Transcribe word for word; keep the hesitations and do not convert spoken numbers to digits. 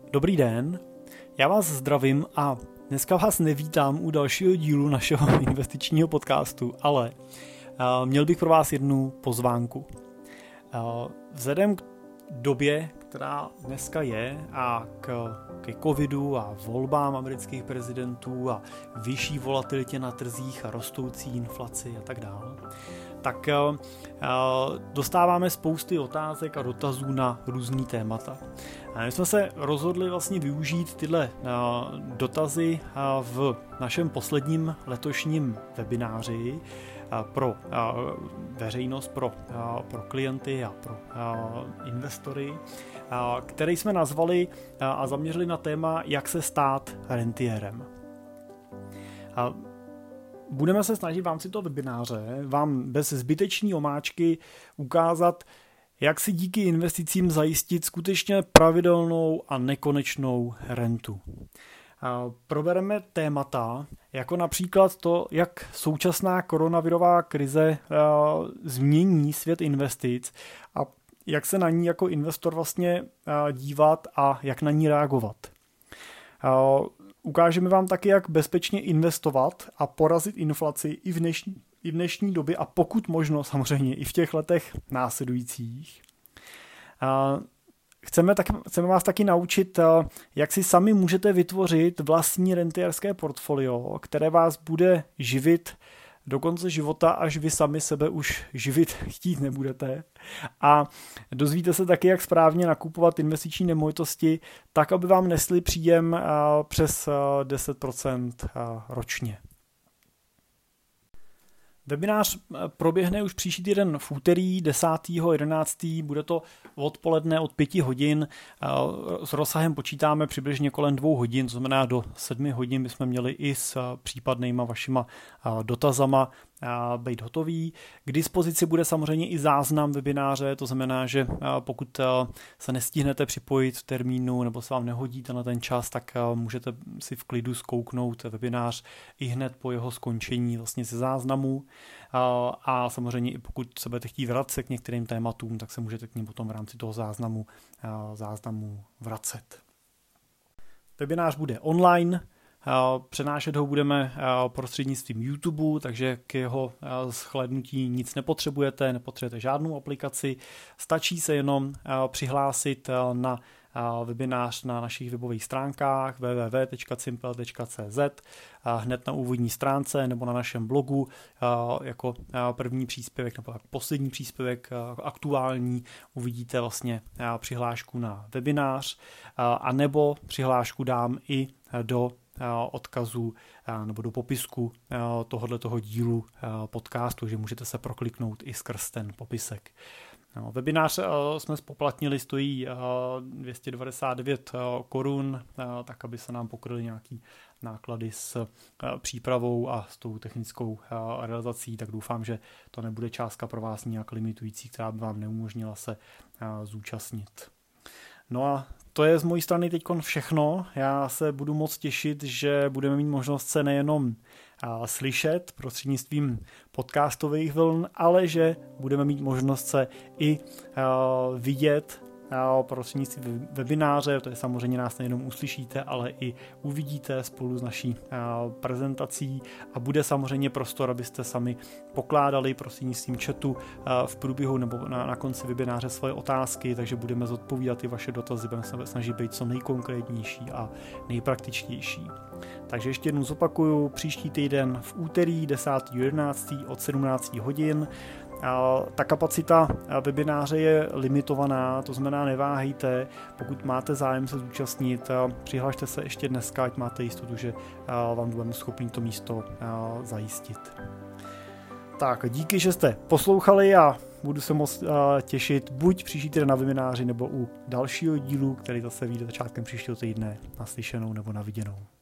Dobrý den, já vás zdravím a dneska vás nevítám u dalšího dílu našeho investičního podcastu, ale uh, měl bych pro vás jednu pozvánku. Uh, vzhledem k době, která dneska je a k, ke covidu a volbám amerických prezidentů a vyšší volatilitě na trzích a rostoucí inflaci a tak dále, tak uh, dostáváme spousty otázek a dotazů na různý témata. A my jsme se rozhodli vlastně využít tyhle uh, dotazy uh, v našem posledním letošním webináři uh, pro uh, veřejnost, pro, uh, pro klienty a pro uh, investory, uh, který jsme nazvali uh, a zaměřili na téma, jak se stát rentiérem. Uh, Budeme se snažit v rámci toho webináře vám bez zbytečné omáčky ukázat, jak si díky investicím zajistit skutečně pravidelnou a nekonečnou rentu. Probereme témata, jako například to, jak současná koronavirová krize změní svět investic a jak se na ní jako investor vlastně dívat a jak na ní reagovat. Ukážeme vám taky, jak bezpečně investovat a porazit inflaci i v dnešní, i v dnešní době a pokud možno samozřejmě i v těch letech následujících. Chceme, tak, chceme vás taky naučit, jak si sami můžete vytvořit vlastní rentiérské portfolio, které vás bude živit do konce života, až vy sami sebe už živit chtít nebudete. A dozvíte se taky, jak správně nakupovat investiční nemovitosti, tak, aby vám nesli příjem přes deset procent ročně. Webinář proběhne už příští týden v úterý desátého jedenáctého Bude to odpoledne od pěti hodin. S rozsahem počítáme přibližně kolem dvou hodin, to znamená do sedmi hodin bychom měli i s případnýma vašima dotazama být hotový. K dispozici bude samozřejmě i záznam webináře, to znamená, že pokud se nestihnete připojit v termínu nebo se vám nehodí na ten čas, tak můžete si v klidu zkouknout webinář i hned po jeho skončení vlastně ze záznamu. A samozřejmě i pokud se budete chtít vracet k některým tématům, tak se můžete k nim potom v rámci toho záznamu, záznamu vracet. Webinář bude online. Přenášet ho budeme prostřednictvím YouTube, takže k jeho shlédnutí nic nepotřebujete, nepotřebujete žádnou aplikaci, stačí se jenom přihlásit na webinář na našich webových stránkách w w w tečka cimpel tečka c z, hned na úvodní stránce nebo na našem blogu jako první příspěvek nebo jako poslední příspěvek aktuální uvidíte vlastně přihlášku na webinář a nebo přihlášku dám i do odkazu nebo do popisku tohoto dílu podcastu, že můžete se prokliknout i skrz ten popisek. No, webinář jsme spoplatnili, stojí dvě stě devadesát devět korun, tak aby se nám pokryly nějaký náklady s přípravou a s tou technickou realizací, tak doufám, že to nebude částka pro vás nějak limitující, která by vám neumožnila se zúčastnit. No a to je z mojí strany teď všechno. Já se budu moc těšit, že budeme mít možnost se nejenom slyšet prostřednictvím podcastových vln, ale že budeme mít možnost se i vidět prostřednictvím webináře, to je samozřejmě nás nejenom uslyšíte, ale i uvidíte spolu s naší prezentací a bude samozřejmě prostor, abyste sami pokládali prostřednictvím chatu v průběhu nebo na, na konci webináře svoje otázky, takže budeme zodpovídat i vaše dotazy, budeme se snažit být co nejkonkrétnější a nejpraktičtější. Takže ještě jednou zopakuju, příští týden v úterý desátého jedenáctého od sedmnáct hodin. Ta kapacita webináře je limitovaná, to znamená neváhejte, pokud máte zájem se zúčastnit, přihlašte se ještě dneska, ať máte jistotu, že vám budeme schopni to místo zajistit. Tak, díky, že jste poslouchali a budu se moc těšit buď příští týden na webináři nebo u dalšího dílu, který zase vyjde začátkem příštího týdne, naslyšenou nebo na viděnou.